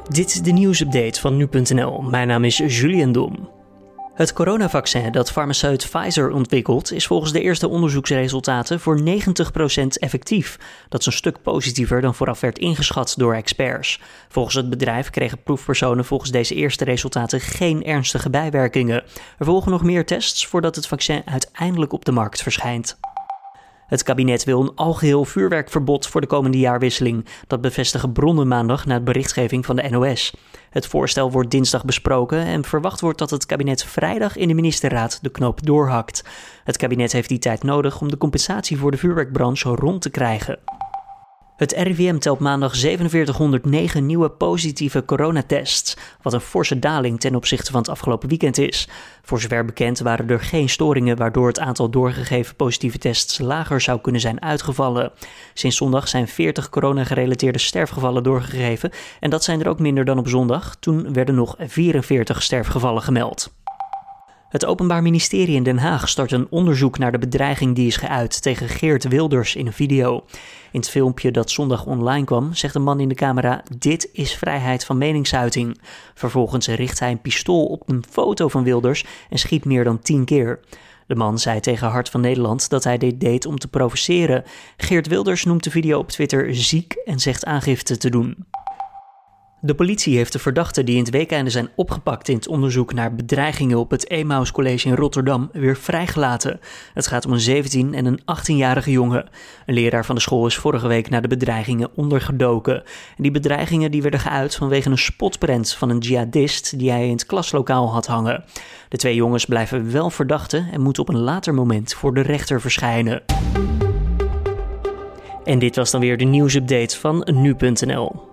Dit is de nieuwsupdate van nu.nl. Mijn naam is Julian Dom. Het coronavaccin dat farmaceut Pfizer ontwikkelt is volgens de eerste onderzoeksresultaten voor 90% effectief. Dat is een stuk positiever dan vooraf werd ingeschat door experts. Volgens het bedrijf kregen proefpersonen volgens deze eerste resultaten geen ernstige bijwerkingen. Er volgen nog meer tests voordat het vaccin uiteindelijk op de markt verschijnt. Het kabinet wil een algeheel vuurwerkverbod voor de komende jaarwisseling. Dat bevestigen bronnen maandag na de berichtgeving van de NOS. Het voorstel wordt dinsdag besproken en verwacht wordt dat het kabinet vrijdag in de ministerraad de knoop doorhakt. Het kabinet heeft die tijd nodig om de compensatie voor de vuurwerkbranche rond te krijgen. Het RIVM telt maandag 4709 nieuwe positieve coronatests, wat een forse daling ten opzichte van het afgelopen weekend is. Voor zover bekend waren er geen storingen waardoor het aantal doorgegeven positieve tests lager zou kunnen zijn uitgevallen. Sinds zondag zijn 40 corona-gerelateerde sterfgevallen doorgegeven en dat zijn er ook minder dan op zondag. Toen werden nog 44 sterfgevallen gemeld. Het Openbaar Ministerie in Den Haag start een onderzoek naar de bedreiging die is geuit tegen Geert Wilders in een video. In het filmpje dat zondag online kwam, zegt een man in de camera: "Dit is vrijheid van meningsuiting." Vervolgens richt hij een pistool op een foto van Wilders en schiet meer dan 10 keer. De man zei tegen Hart van Nederland dat hij dit deed om te provoceren. Geert Wilders noemt de video op Twitter ziek en zegt aangifte te doen. De politie heeft de verdachten die in het weekende zijn opgepakt in het onderzoek naar bedreigingen op het Emmaus College in Rotterdam weer vrijgelaten. Het gaat om een 17- en een 18-jarige jongen. Een leraar van de school is vorige week naar de bedreigingen ondergedoken. En die bedreigingen die werden geuit vanwege een spotprent van een jihadist die hij in het klaslokaal had hangen. De 2 jongens blijven wel verdachten en moeten op een later moment voor de rechter verschijnen. En dit was dan weer de nieuwsupdate van nu.nl.